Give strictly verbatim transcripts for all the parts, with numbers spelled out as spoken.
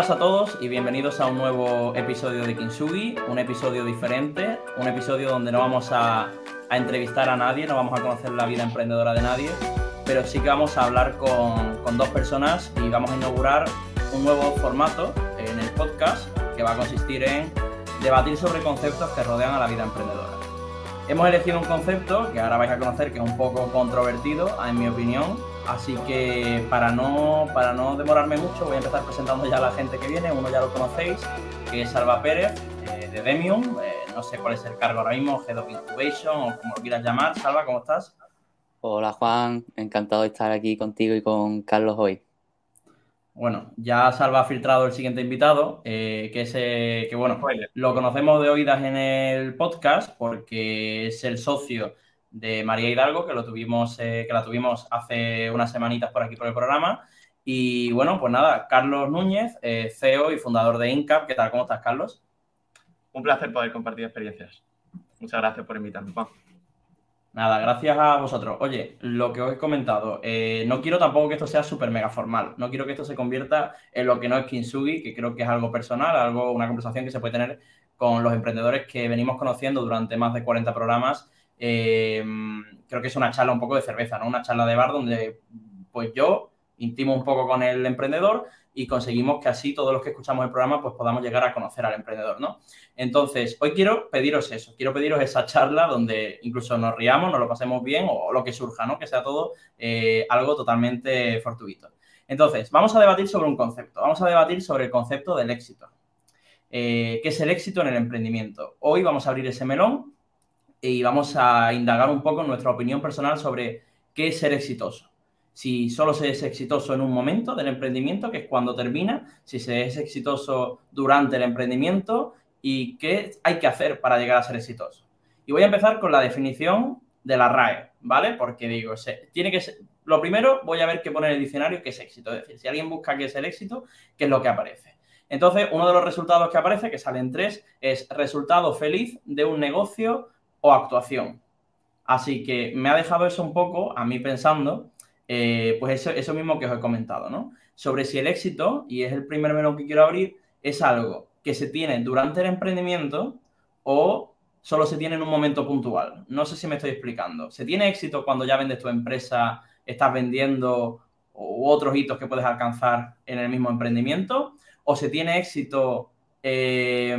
buenas a todos y bienvenidos a un nuevo episodio de Kintsugi, un episodio diferente, un episodio donde no vamos a, a entrevistar a nadie, no vamos a conocer la vida emprendedora de nadie, pero sí que vamos a hablar con, con dos personas y vamos a inaugurar un nuevo formato en el podcast que va a consistir en debatir sobre conceptos que rodean a la vida emprendedora. Hemos elegido un concepto que ahora vais a conocer que es un poco controvertido, en mi opinión, así que para no, para no demorarme mucho voy a empezar presentando ya a la gente que viene. Uno ya lo conocéis, que es Salva Pérez, eh, de Demium, eh, no sé cuál es el cargo ahora mismo, Head of Incubation o como lo quieras llamar. Salva, ¿cómo estás? Hola Juan, encantado de estar aquí contigo y con Carlos hoy. Bueno, ya Salva ha filtrado el siguiente invitado, eh, que es, eh, que bueno, Spoiler. lo conocemos de oídas en el podcast porque es el socio de María Hidalgo, que lo tuvimos, eh, que la tuvimos hace unas semanitas por aquí por el programa. Y bueno, pues nada, Carlos Núñez, eh, C E O y fundador de Incap. ¿Qué tal? ¿Cómo estás, Carlos? Un placer poder compartir experiencias. Muchas gracias por invitarme, Juan. Nada, gracias a vosotros. Oye, lo que os he comentado, eh, no quiero tampoco que esto sea súper mega formal. No quiero que esto se convierta en lo que no es Kintsugi, que creo que es algo personal, algo, una conversación que se puede tener con los emprendedores que venimos conociendo durante más de cuarenta programas. Eh, creo que es una charla un poco de cerveza, ¿no? Una charla de bar donde pues yo intimo un poco con el emprendedor y conseguimos que así todos los que escuchamos el programa pues podamos llegar a conocer al emprendedor, ¿no? Entonces, hoy quiero pediros eso, quiero pediros esa charla donde incluso nos riamos, nos lo pasemos bien o lo que surja, ¿no? Que sea todo eh, algo totalmente fortuito. Entonces, vamos a debatir sobre un concepto, vamos a debatir sobre el concepto del éxito. Eh, ¿Qué es el éxito en el emprendimiento? Hoy vamos a abrir ese melón y vamos a indagar un poco en nuestra opinión personal sobre qué es ser exitoso. Si solo se es exitoso en un momento del emprendimiento, que es cuando termina, si se es exitoso durante el emprendimiento y qué hay que hacer para llegar a ser exitoso. Y voy a empezar con la definición de la R A E, ¿vale? Porque digo, se, tiene que ser, lo primero voy a ver qué pone en el diccionario qué es éxito. Es decir, si alguien busca qué es el éxito, qué es lo que aparece. Entonces, uno de los resultados que aparece, que salen tres, es resultado feliz de un negocio o actuación. Así que me ha dejado eso un poco a mí pensando, eh, pues eso, eso mismo que os he comentado, ¿no? Sobre si el éxito, y es el primer melón que quiero abrir, es algo que se tiene durante el emprendimiento o solo se tiene en un momento puntual. No sé si me estoy explicando. ¿Se tiene éxito cuando ya vendes tu empresa, estás vendiendo u otros hitos que puedes alcanzar en el mismo emprendimiento? ¿O se tiene éxito eh,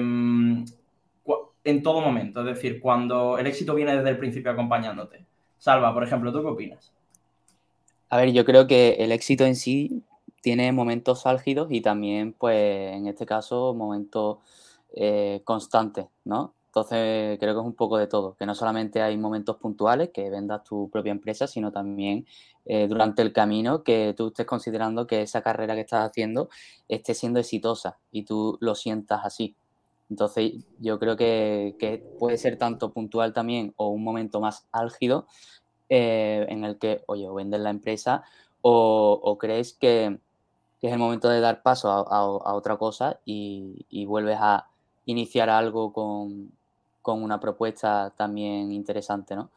en todo momento? Es decir, cuando el éxito viene desde el principio acompañándote. Salva, por ejemplo, ¿tú qué opinas? A ver, yo creo que el éxito en sí tiene momentos álgidos y también, pues, en este caso, momentos eh, constantes, ¿no? Entonces, creo que es un poco de todo, que no solamente hay momentos puntuales, que vendas tu propia empresa, sino también eh, durante el camino que tú estés considerando que esa carrera que estás haciendo esté siendo exitosa y tú lo sientas así. Entonces, yo creo que, que puede ser tanto puntual también o un momento más álgido eh, en el que, oye, o vendes la empresa o, o crees que, que es el momento de dar paso a, a- a otra cosa y, y vuelves a iniciar algo con, con una propuesta también interesante, ¿no?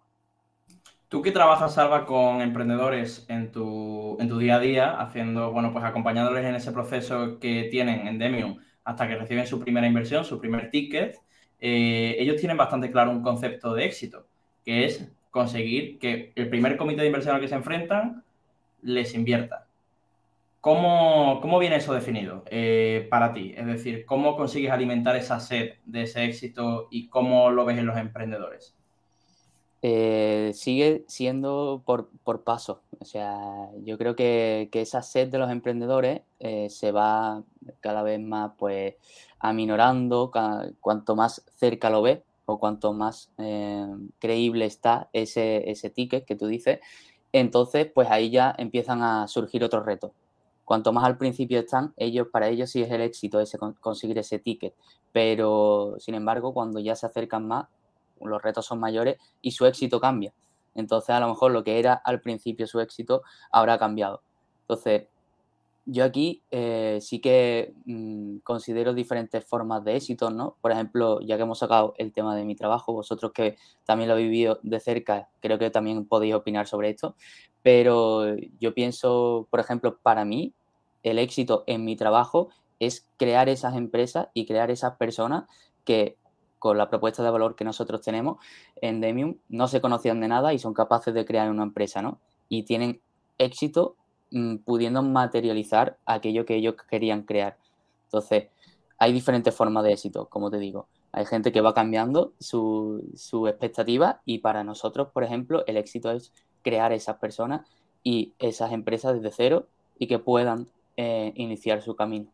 Tú que trabajas, Salva, con emprendedores en tu, en tu día a día, haciendo, bueno, pues acompañándoles en ese proceso que tienen en Demium hasta que reciben su primera inversión, su primer ticket, eh, ellos tienen bastante claro un concepto de éxito, que es conseguir que el primer comité de inversión al que se enfrentan les invierta. ¿Cómo, cómo viene eso definido eh, para ti? Es decir, ¿cómo consigues alimentar esa sed de ese éxito y cómo lo ves en los emprendedores? Eh, sigue siendo por, por paso. O sea, yo creo que, que esa sed de los emprendedores eh, se va cada vez más pues aminorando ca- cuanto más cerca lo ves o cuanto más eh, creíble está ese, ese ticket que tú dices. Entonces, pues ahí ya empiezan a surgir otros retos. Cuanto más al principio están, ellos, para ellos sí es el éxito ese, con- conseguir ese ticket. Pero, sin embargo, cuando ya se acercan más, los retos son mayores y su éxito cambia. Entonces, a lo mejor lo que era al principio su éxito ahora ha cambiado. Entonces, yo aquí eh, sí que mm, considero diferentes formas de éxito, ¿no? Por ejemplo, ya que hemos sacado el tema de mi trabajo, vosotros que también lo habéis vivido de cerca, creo que también podéis opinar sobre esto, pero yo pienso, por ejemplo, para mí, el éxito en mi trabajo es crear esas empresas y crear esas personas que con la propuesta de valor que nosotros tenemos en Demium no se conocían de nada y son capaces de crear una empresa, ¿no? Y tienen éxito mmm, pudiendo materializar aquello que ellos querían crear. Entonces, hay diferentes formas de éxito, como te digo. Hay gente que va cambiando su, su expectativa y para nosotros, por ejemplo, el éxito es crear esas personas y esas empresas desde cero y que puedan eh, iniciar su camino.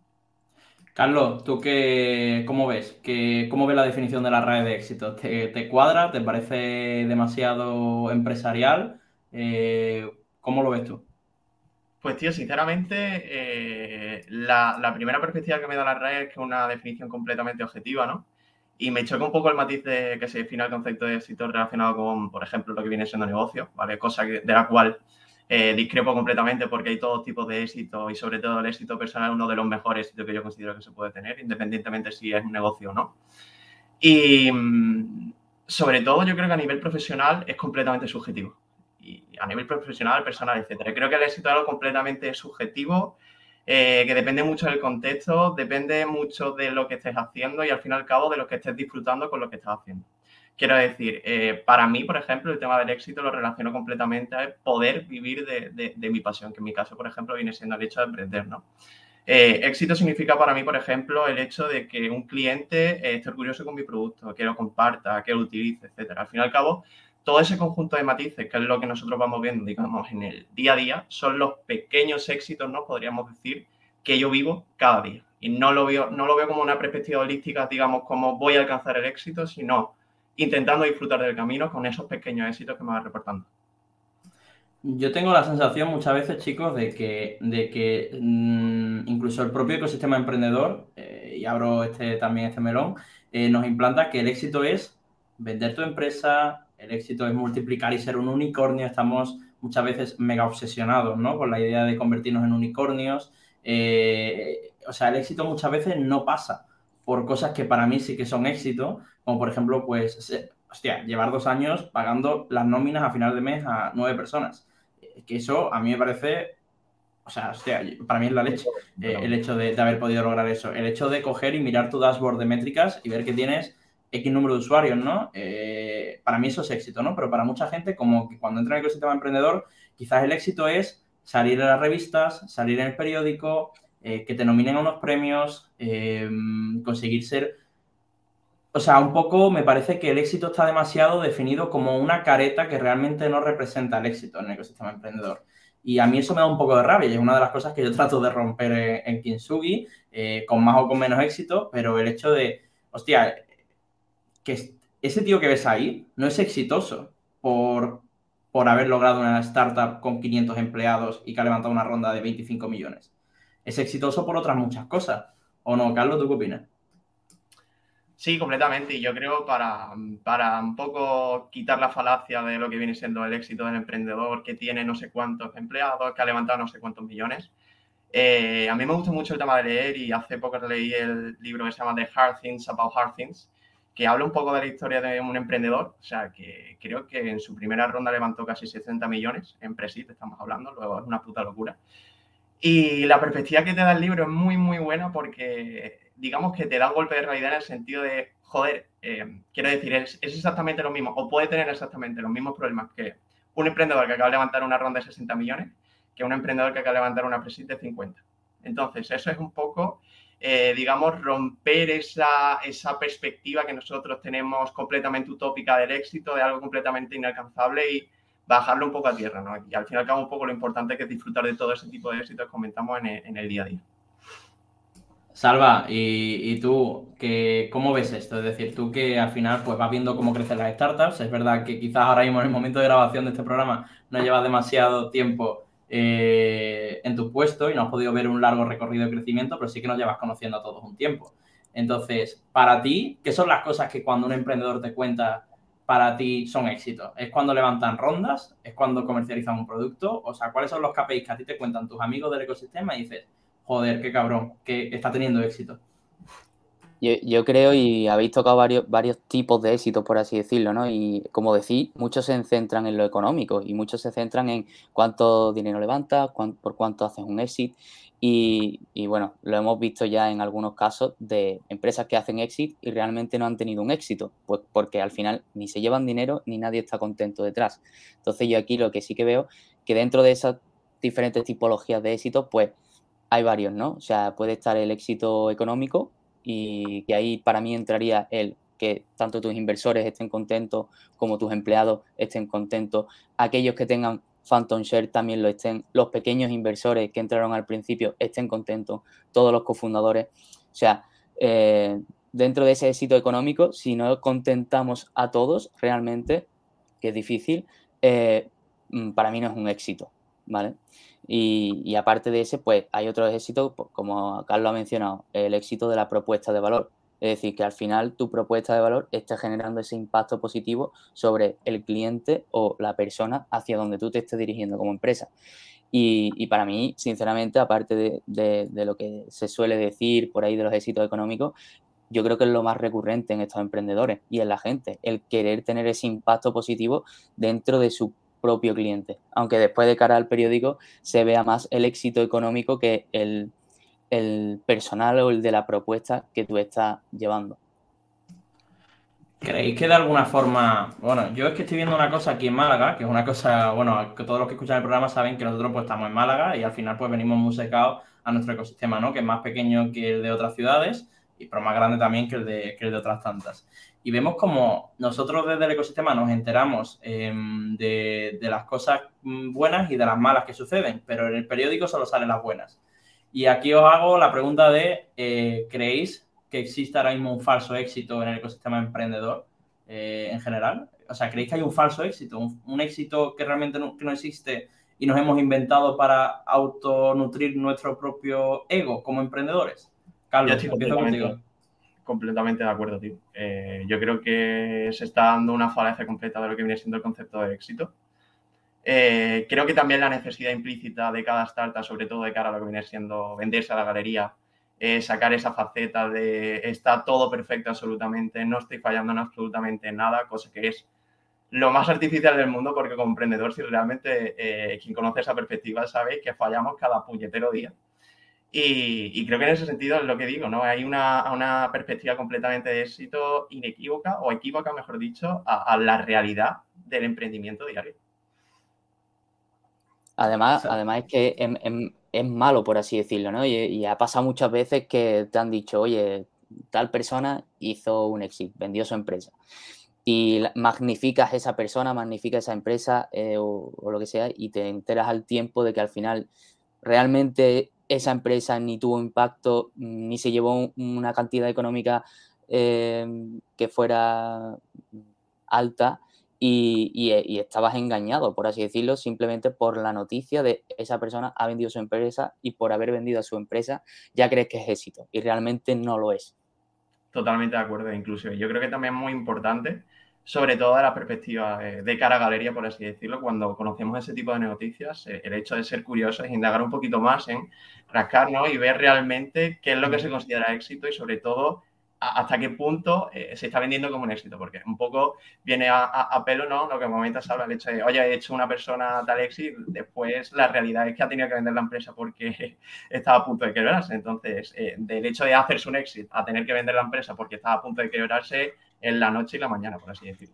Carlos, ¿tú qué, cómo ves? ¿Qué, cómo ves la definición de la R A E de éxito? ¿Te, te cuadra? ¿Te parece demasiado empresarial? Eh, ¿cómo lo ves tú? Pues tío, sinceramente, eh, la, la primera perspectiva que me da la R A E es que es una definición completamente objetiva, ¿no? Y me choca un poco el matiz de que se defina el concepto de éxito relacionado con, por ejemplo, lo que viene siendo negocio, ¿vale? Cosa que, de la cual eh, discrepo completamente porque hay todos tipos de éxito y sobre todo el éxito personal es uno de los mejores éxitos que yo considero que se puede tener, independientemente si es un negocio o no. Y mm, sobre todo yo creo que a nivel profesional es completamente subjetivo. Y a nivel profesional, personal, etcétera. Creo que el éxito es algo completamente subjetivo, eh, que depende mucho del contexto, depende mucho de lo que estés haciendo y al fin y al cabo de lo que estés disfrutando con lo que estás haciendo. Quiero decir, eh, para mí, por ejemplo, el tema del éxito lo relaciono completamente a poder vivir de, de, de mi pasión, que en mi caso, por ejemplo, viene siendo el hecho de emprender, ¿no? Eh, éxito significa para mí, por ejemplo, el hecho de que un cliente eh, esté orgulloso con mi producto, que lo comparta, que lo utilice, etcétera. Al fin y al cabo, todo ese conjunto de matices, que es lo que nosotros vamos viendo, digamos, en el día a día, son los pequeños éxitos, ¿no? Podríamos decir, que yo vivo cada día. Y no lo veo, no lo veo como una perspectiva holística, digamos, como voy a alcanzar el éxito, sino intentando disfrutar del camino con esos pequeños éxitos que me van reportando. Yo tengo la sensación muchas veces, chicos, de que, de que mmm, incluso el propio ecosistema emprendedor, eh, y abro este, también este melón, eh, nos implanta que el éxito es vender tu empresa, el éxito es multiplicar y ser un unicornio. Estamos muchas veces mega obsesionados, ¿no? Con la idea de convertirnos en unicornios. Eh, o sea, el éxito muchas veces no pasa por cosas que para mí sí que son éxito, como por ejemplo, pues, se, hostia, llevar dos años pagando las nóminas a final de mes a nueve personas. Que eso a mí me parece, o sea, hostia, para mí es la leche, eh, el hecho de, de haber podido lograr eso. El hecho de coger y mirar tu dashboard de métricas y ver que tienes X número de usuarios, ¿no? Eh, para mí eso es éxito, ¿no? Pero para mucha gente, como que cuando entra en el ecosistema emprendedor, quizás el éxito es salir en las revistas, salir en el periódico, eh, que te nominen a unos premios, eh, conseguir ser... O sea, un poco me parece que el éxito está demasiado definido como una careta que realmente no representa el éxito en el ecosistema emprendedor. Y a mí eso me da un poco de rabia y es una de las cosas que yo trato de romper en, en Kintsugi, eh, con más o con menos éxito, pero el hecho de, hostia, que ese tío que ves ahí no es exitoso por, por haber logrado una startup con quinientos empleados y que ha levantado una ronda de veinticinco millones. Es exitoso por otras muchas cosas. ¿O no, Carlos? ¿Tú qué opinas? Sí, completamente. Y yo creo para, para un poco quitar la falacia de lo que viene siendo el éxito del emprendedor que tiene no sé cuántos empleados, que ha levantado no sé cuántos millones. Eh, a mí me gusta mucho el tema de leer y hace poco leí el libro que se llama The Hard Things About Hard Things, que habla un poco de la historia de un emprendedor, o sea, que creo que en su primera ronda levantó casi sesenta millones en pre-seed, estamos hablando, luego es una puta locura. Y la perspectiva que te da el libro es muy, muy buena porque, digamos que te da un golpe de realidad en el sentido de, joder, eh, quiero decir, es, es exactamente lo mismo, o puede tener exactamente los mismos problemas que un emprendedor que acaba de levantar una ronda de sesenta millones que un emprendedor que acaba de levantar una pre-seed de cincuenta. Entonces, eso es un poco, eh, digamos, romper esa, esa perspectiva que nosotros tenemos completamente utópica del éxito, de algo completamente inalcanzable y bajarlo un poco a tierra, ¿no? Y al fin y al cabo un poco lo importante que es disfrutar de todo ese tipo de éxitos que comentamos en el, en el día a día. Salva, y, y tú, que, ¿cómo ves esto? Es decir, tú que al final pues vas viendo cómo crecen las startups. Es verdad que quizás ahora mismo en el momento de grabación de este programa no llevas demasiado tiempo eh, en tu puesto y no has podido ver un largo recorrido de crecimiento, pero sí que nos llevas conociendo a todos un tiempo. Entonces, para ti, ¿qué son las cosas que cuando un emprendedor te cuenta para ti son éxitos? ¿Es cuando levantan rondas? ¿Es cuando comercializan un producto? O sea, ¿cuáles son los K P Is que a ti te cuentan tus amigos del ecosistema y dices, joder, qué cabrón, que está teniendo éxito? Yo, yo creo, y habéis tocado varios, varios tipos de éxitos, por así decirlo, ¿no? Y como decís, muchos se centran en lo económico y muchos se centran en cuánto dinero levantas, cuán, por cuánto haces un exit. Y, y, bueno, lo hemos visto ya en algunos casos de empresas que hacen exit y realmente no han tenido un éxito, pues porque al final ni se llevan dinero ni nadie está contento detrás. Entonces yo aquí lo que sí que veo que dentro de esas diferentes tipologías de éxito, pues hay varios, ¿no? O sea, puede estar el éxito económico y que ahí para mí entraría el que tanto tus inversores estén contentos como tus empleados estén contentos, aquellos que tengan Phantom Share también lo estén, los pequeños inversores que entraron al principio estén contentos, todos los cofundadores. O sea, eh, dentro de ese éxito económico, si no contentamos a todos realmente, que es difícil, eh, para mí no es un éxito, ¿vale? Y, y aparte de ese, pues hay otros éxitos, pues, como Carlos ha mencionado, el éxito de la propuesta de valor. Es decir, que al final tu propuesta de valor esté generando ese impacto positivo sobre el cliente o la persona hacia donde tú te estés dirigiendo como empresa. Y, y para mí, sinceramente, aparte de, de, de lo que se suele decir por ahí de los éxitos económicos, yo creo que es lo más recurrente en estos emprendedores y en la gente, el querer tener ese impacto positivo dentro de su propio cliente, aunque después de cara al periódico se vea más el éxito económico que el, el personal o el de la propuesta que tú estás llevando. ¿Creéis que de alguna forma, bueno, yo es que estoy viendo una cosa aquí en Málaga, que es una cosa, bueno, que todos los que escuchan el programa saben que nosotros pues estamos en Málaga y al final pues venimos muy secados a nuestro ecosistema, ¿no? Que es más pequeño que el de otras ciudades, y pero más grande también que el de, que el de otras tantas. Y vemos como nosotros desde el ecosistema nos enteramos eh, de, de las cosas buenas y de las malas que suceden, pero en el periódico solo salen las buenas. Y aquí os hago la pregunta de, eh, ¿creéis que existe ahora mismo un falso éxito en el ecosistema emprendedor eh, en general? O sea, ¿creéis que hay un falso éxito? Un, un éxito que realmente no, que no existe y nos hemos inventado para autonutrir nuestro propio ego como emprendedores? Carlos, empiezo contigo. Completamente de acuerdo, tío. Eh, yo creo que se está dando una falacia completa de lo que viene siendo el concepto de éxito. Eh, creo que también la necesidad implícita de cada startup, sobre todo de cara a lo que viene siendo venderse a la galería, eh, sacar esa faceta de está todo perfecto absolutamente, no estoy fallando en absolutamente nada, cosa que es lo más artificial del mundo, porque como emprendedor, si realmente eh, quien conoce esa perspectiva sabe que fallamos cada puñetero día. Y, y creo que en ese sentido es lo que digo, ¿no? Hay una, una perspectiva completamente de éxito inequívoca, o equívoca, mejor dicho, a, a la realidad del emprendimiento diario. Además, además es que es, es, es malo, por así decirlo, ¿no? Y, y ha pasado muchas veces que te han dicho, oye, tal persona hizo un exit, vendió su empresa. Y magnificas esa persona, magnificas esa empresa eh, o, o lo que sea, y te enteras al tiempo de que al final realmente esa empresa ni tuvo impacto, ni se llevó una cantidad económica eh, que fuera alta y, y, y estabas engañado, por así decirlo, simplemente por la noticia de esa persona ha vendido su empresa y por haber vendido a su empresa ya crees que es éxito y realmente no lo es. Totalmente de acuerdo, inclusive. Yo creo que también es muy importante, sobre todo de la perspectiva de cara a galería, por así decirlo, cuando conocemos ese tipo de noticias, el hecho de ser curiosos es indagar un poquito más en rascarnos y ver realmente qué es lo que se considera éxito y sobre todo hasta qué punto eh, se está vendiendo como un éxito, porque un poco viene a, a, a pelo, ¿no? Lo que comentas ahora, el hecho de, oye, he hecho una persona tal éxito, después la realidad es que ha tenido que vender la empresa porque estaba a punto de quebrarse. Entonces, eh, del hecho de hacerse un éxito a tener que vender la empresa porque estaba a punto de quebrarse en la noche y la mañana, por así decirlo.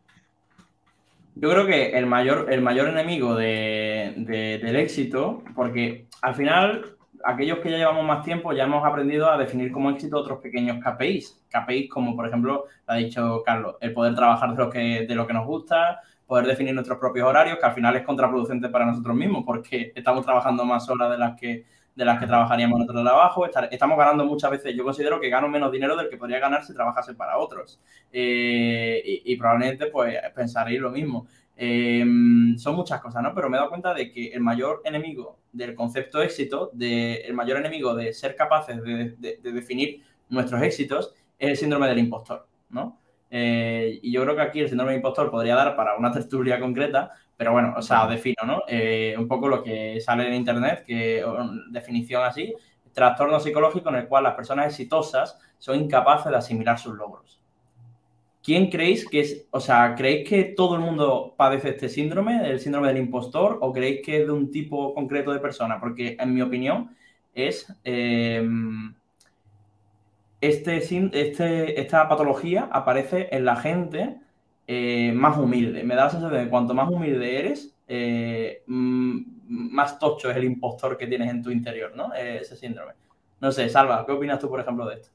Yo creo que el mayor, el mayor enemigo de, de, del éxito, porque al final aquellos que ya llevamos más tiempo ya hemos aprendido a definir como éxito otros pequeños K P Is. K P Is como, por ejemplo, lo ha dicho Carlos, el poder trabajar de lo que, de lo que nos gusta, poder definir nuestros propios horarios, que al final es contraproducente para nosotros mismos porque estamos trabajando más horas de las que, de las que trabajaríamos en otro trabajo. Estar, estamos ganando muchas veces, yo considero que gano menos dinero del que podría ganar si trabajase para otros. Eh, y, y probablemente pues pensaréis lo mismo. Eh, son muchas cosas, ¿no? Pero me he dado cuenta de que el mayor enemigo del concepto éxito, de, el mayor enemigo de ser capaces de, de, de definir nuestros éxitos es el síndrome del impostor, ¿no? Eh, y yo creo que aquí el síndrome del impostor podría dar para una tertulia concreta, pero bueno, o sea, defino, ¿no? Eh, un poco lo que sale en internet, que definición así, trastorno psicológico en el cual las personas exitosas son incapaces de asimilar sus logros. ¿Quién creéis que es, o sea, creéis que todo el mundo padece este síndrome, el síndrome del impostor, o creéis que es de un tipo concreto de persona? Porque, en mi opinión, es eh, este, este, esta patología aparece en la gente eh, más humilde. Me da la sensación de que cuanto más humilde eres, eh, más tocho es el impostor que tienes en tu interior, ¿no? Eh, ese síndrome. No sé, Salva, ¿qué opinas tú, por ejemplo, de esto?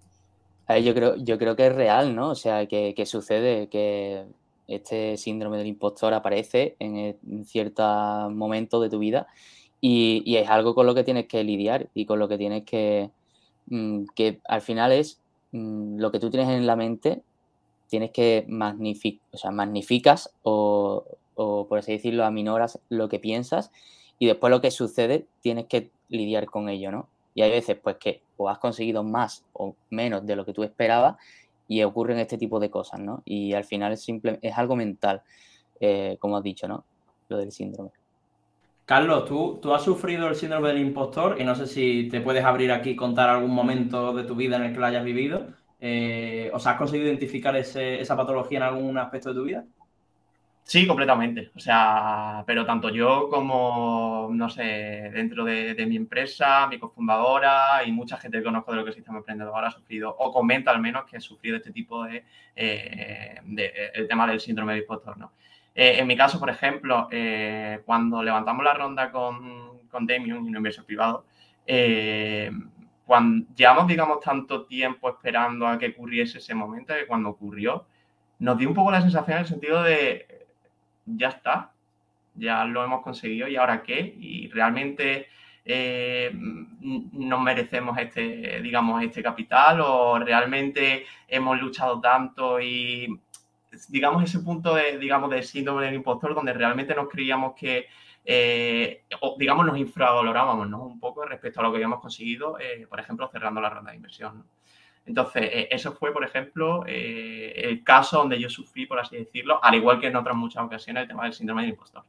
A ver, yo creo, yo creo que es real, ¿no? O sea, que, que sucede que este síndrome del impostor aparece en, en cierto momento de tu vida y, y es algo con lo que tienes que lidiar y con lo que tienes que, mm, que al final es mm, lo que tú tienes en la mente, tienes que magnificar, o sea, magnificas o, o, por así decirlo, aminoras lo que piensas y después lo que sucede tienes que lidiar con ello, ¿no? Y hay veces pues que o has conseguido más o menos de lo que tú esperabas y ocurren este tipo de cosas, ¿no? Y al final es, simple, es algo mental, eh, como has dicho, ¿no? Lo del síndrome. Carlos, ¿tú, tú has sufrido el síndrome del impostor y no sé si te puedes abrir aquí y contar algún momento de tu vida en el que lo hayas vivido. Eh, o sea, ¿has conseguido identificar ese, esa patología en algún aspecto de tu vida? Sí, completamente. O sea, pero tanto yo como, no sé, dentro de, de mi empresa, mi cofundadora y mucha gente que conozco de lo que es el sistema emprendedor ha sufrido, o comenta al menos que ha sufrido este tipo de, eh, de el tema del síndrome del impostor, ¿no? Eh, en mi caso, por ejemplo, eh, cuando levantamos la ronda con, con Demium, un inversor privado, eh, cuando llevamos, digamos, tanto tiempo esperando a que ocurriese ese momento, que cuando ocurrió, nos dio un poco la sensación en el sentido de ya está, ya lo hemos conseguido y ahora qué, y realmente eh, nos merecemos este, digamos, este capital o realmente hemos luchado tanto y digamos ese punto de, digamos, de síndrome del impostor donde realmente nos creíamos que eh, o, digamos, nos infravalorábamos, ¿no? Un poco respecto a lo que habíamos conseguido, eh, por ejemplo, cerrando la ronda de inversión, ¿no? Entonces, eh, eso fue, por ejemplo, eh, el caso donde yo sufrí, por así decirlo, al igual que en otras muchas ocasiones, el tema del síndrome del impostor.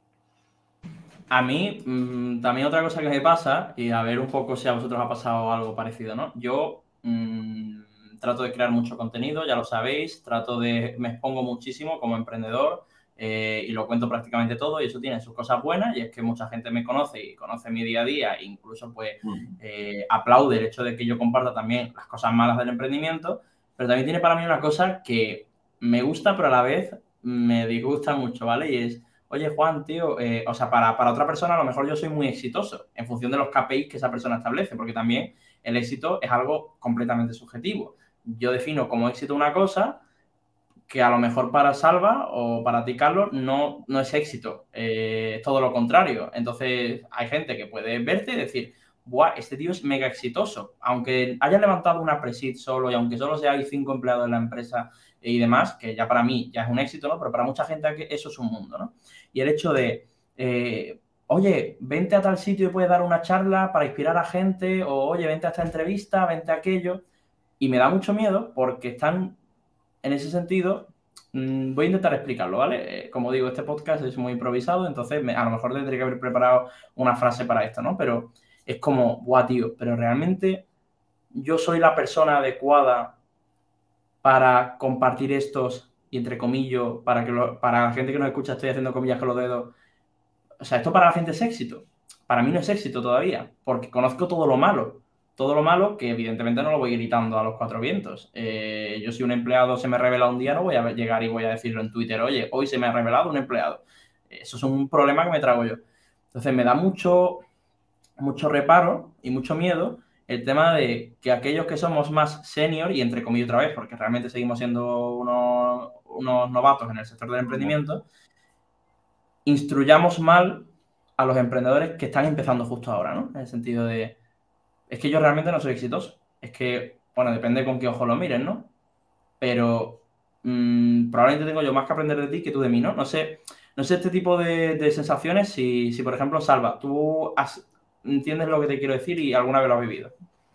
A mí, mmm, también otra cosa que me pasa, y a ver un poco si a vosotros ha pasado algo parecido, ¿no? Yo mmm, trato de crear mucho contenido, ya lo sabéis, trato de, me expongo muchísimo como emprendedor eh, y lo cuento prácticamente todo y eso tiene sus cosas buenas y es que mucha gente me conoce y conoce mi día a día e incluso pues eh, aplaude el hecho de que yo comparta también las cosas malas del emprendimiento, pero también tiene para mí una cosa que me gusta pero a la vez me disgusta mucho, ¿vale? Y es oye, Juan, tío, eh, o sea, para, para otra persona a lo mejor yo soy muy exitoso en función de los K P Is que esa persona establece, porque también el éxito es algo completamente subjetivo. Yo defino como éxito una cosa que a lo mejor para Salva o para ti, Carlos, no, no es éxito, eh, es todo lo contrario. Entonces hay gente que puede verte y decir, ¡buah, este tío es mega exitoso! Aunque haya levantado una pre-seed solo y aunque solo sea hay cinco empleados en la empresa y demás, que ya para mí ya es un éxito, ¿no? Pero para mucha gente eso es un mundo, ¿no? Y el hecho de, eh, oye, vente a tal sitio y puedes dar una charla para inspirar a gente, o oye, vente a esta entrevista, vente a aquello. Y me da mucho miedo porque están, en ese sentido, mmm, voy a intentar explicarlo, ¿vale? Eh, como digo, este podcast es muy improvisado, entonces me, a lo mejor tendría que haber preparado una frase para esto, ¿no? Pero es como, guau, tío, pero realmente yo soy la persona adecuada para compartir estos, y entre comillas, para, que lo, para la gente que nos escucha, estoy haciendo comillas con los dedos. O sea, esto para la gente es éxito. Para mí no es éxito todavía, porque conozco todo lo malo. Todo lo malo que evidentemente no lo voy gritando a los cuatro vientos. Eh, yo si un empleado se me revela un día, no voy a llegar y voy a decirlo en Twitter, oye, hoy se me ha revelado un empleado. Eso es un problema que me trago yo. Entonces me da mucho, mucho reparo y mucho miedo el tema de que aquellos que somos más senior, y entre comillas otra vez, porque realmente seguimos siendo unos, unos novatos en el sector del emprendimiento, instruyamos mal a los emprendedores que están empezando justo ahora, ¿no? En el sentido de, es que yo realmente no soy exitoso. Es que, bueno, depende con qué ojo lo mires, ¿no? Pero mmm, probablemente tengo yo más que aprender de ti que tú de mí, ¿no? No sé, no sé este tipo de, de sensaciones si, si, por ejemplo, Salva, tú has, entiendes lo que te quiero decir y alguna vez lo has vivido.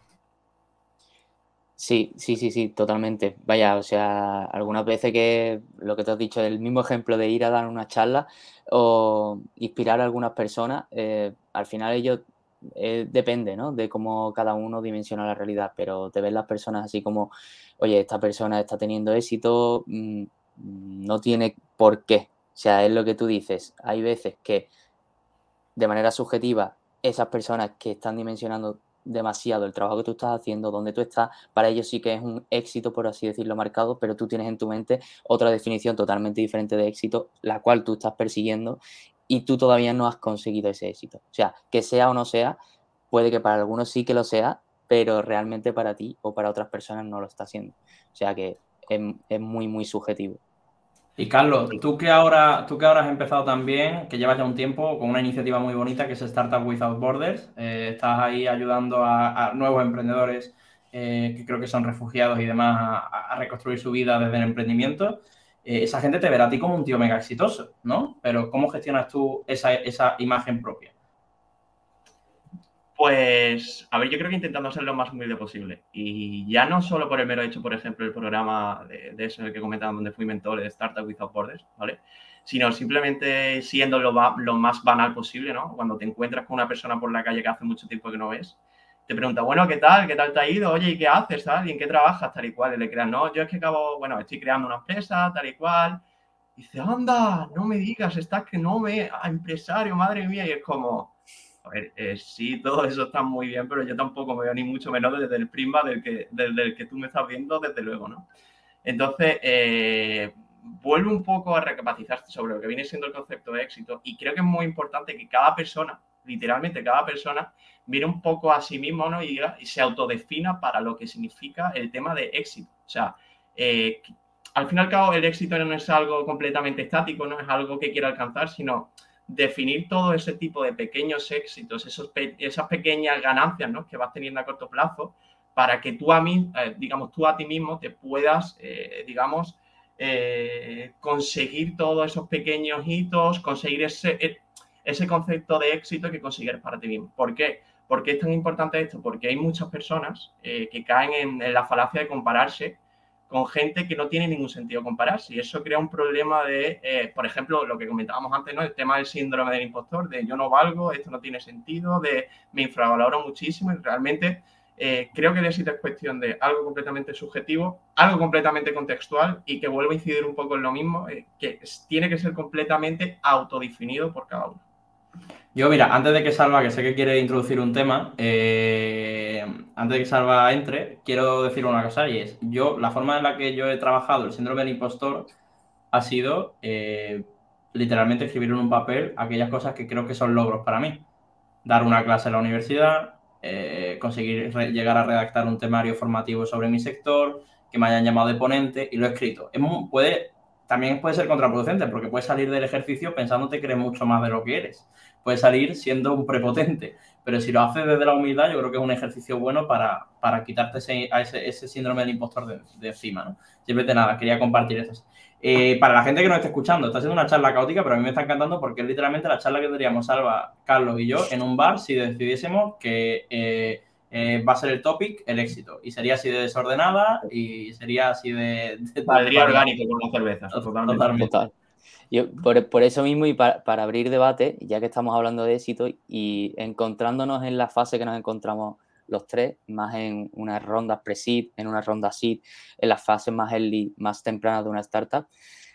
Sí, sí, sí, sí, totalmente. Vaya, o sea, algunas veces que lo que te has dicho, el mismo ejemplo de ir a dar una charla o inspirar a algunas personas, eh, al final ellos eh, depende, ¿no? De cómo cada uno dimensiona la realidad, pero te ven las personas así como, oye, esta persona está teniendo éxito, mmm, no tiene por qué. O sea, es lo que tú dices. Hay veces que de manera subjetiva esas personas que están dimensionando demasiado el trabajo que tú estás haciendo, donde tú estás, para ellos sí que es un éxito, por así decirlo, marcado, pero tú tienes en tu mente otra definición totalmente diferente de éxito, la cual tú estás persiguiendo y tú todavía no has conseguido ese éxito. O sea, que sea o no sea, puede que para algunos sí que lo sea, pero realmente para ti o para otras personas no lo está haciendo. O sea que es, es muy, muy subjetivo. Y Carlos, tú que ahora, tú que ahora has empezado también, que llevas ya un tiempo con una iniciativa muy bonita que es Startup Without Borders, eh, estás ahí ayudando a, a nuevos emprendedores eh, que creo que son refugiados y demás a, a reconstruir su vida desde el emprendimiento. Eh, esa gente te verá a ti como un tío mega exitoso, ¿no? Pero ¿cómo gestionas tú esa, esa imagen propia? Pues, a ver, yo creo que intentando ser lo más humilde posible. Y ya no solo por el mero hecho, por ejemplo, el programa de, de eso que comentaba donde fui mentor de Startup Without Borders, ¿vale? Sino simplemente siendo lo, ba- lo más banal posible, ¿no? Cuando te encuentras con una persona por la calle que hace mucho tiempo que no ves, te pregunta, bueno, ¿qué tal? ¿Qué tal te ha ido? Oye, ¿y qué haces? ¿Tal? ¿Y en qué trabajas? Tal y cual. Y le creas, no, yo es que acabo, bueno, estoy creando una empresa, tal y cual. Y dice, anda, no me digas, estás que no me, ah, empresario, madre mía. Y es como, a ver, eh, sí, todo eso está muy bien, pero yo tampoco me veo ni mucho menos desde el prisma del que, desde el que tú me estás viendo, desde luego, ¿no? Entonces, eh, vuelve un poco a recapacizar sobre lo que viene siendo el concepto de éxito y creo que es muy importante que cada persona, literalmente cada persona, mire un poco a sí mismo, ¿no? y, diga, y se autodefina para lo que significa el tema de éxito. O sea, eh, al fin y al cabo, el éxito no es algo completamente estático, no es algo que quiera alcanzar, sino definir todo ese tipo de pequeños éxitos, esos pe esas pequeñas ganancias, ¿no? que vas teniendo a corto plazo, para que tú a mí, eh, digamos, tú a ti mismo te puedas, eh, digamos, eh, conseguir todos esos pequeños hitos, conseguir ese, ese concepto de éxito que consigues para ti mismo. ¿Por qué? ¿Por qué es tan importante esto? Porque hay muchas personas eh, que caen en, en la falacia de compararse con gente que no tiene ningún sentido compararse. Y eso crea un problema de, eh, por ejemplo, lo que comentábamos antes, ¿no? El tema del síndrome del impostor, de yo no valgo, esto no tiene sentido, de me infravaloro muchísimo y realmente eh, creo que el éxito es cuestión de algo completamente subjetivo, algo completamente contextual y que vuelvo a incidir un poco en lo mismo, eh, que tiene que ser completamente autodefinido por cada uno. Yo, mira, antes de que Salva, que sé que quiere introducir un tema, eh, antes de que Salva entre, quiero decir una cosa y es, yo, la forma en la que yo he trabajado el síndrome del impostor ha sido eh, literalmente escribir en un papel aquellas cosas que creo que son logros para mí. Dar una clase en la universidad, eh, conseguir llegar a redactar un temario formativo sobre mi sector, que me hayan llamado de ponente y lo he escrito. Es muy, puede, también puede ser contraproducente porque puedes salir del ejercicio pensándote que eres mucho más de lo que eres. Puedes salir siendo un prepotente, pero si lo haces desde la humildad, yo creo que es un ejercicio bueno para, para quitarte ese, a ese, ese síndrome del impostor de, de encima, ¿no? Simplemente nada, quería compartir eso. Eh, para la gente que nos esté escuchando, está siendo una charla caótica, pero a mí me está encantando porque es literalmente la charla que tendríamos Salva, Carlos y yo en un bar si decidiésemos que eh, eh, va a ser el topic el éxito. Y sería así de desordenada y sería así de... de, Valdría de orgánico con una cerveza, totalmente. Totalmente. Total. Yo, por, por eso mismo y para, para abrir debate, ya que estamos hablando de éxito y encontrándonos en la fase que nos encontramos los tres, más en unas rondas pre-seed, en una ronda seed, en las fases más early, más tempranas de una startup,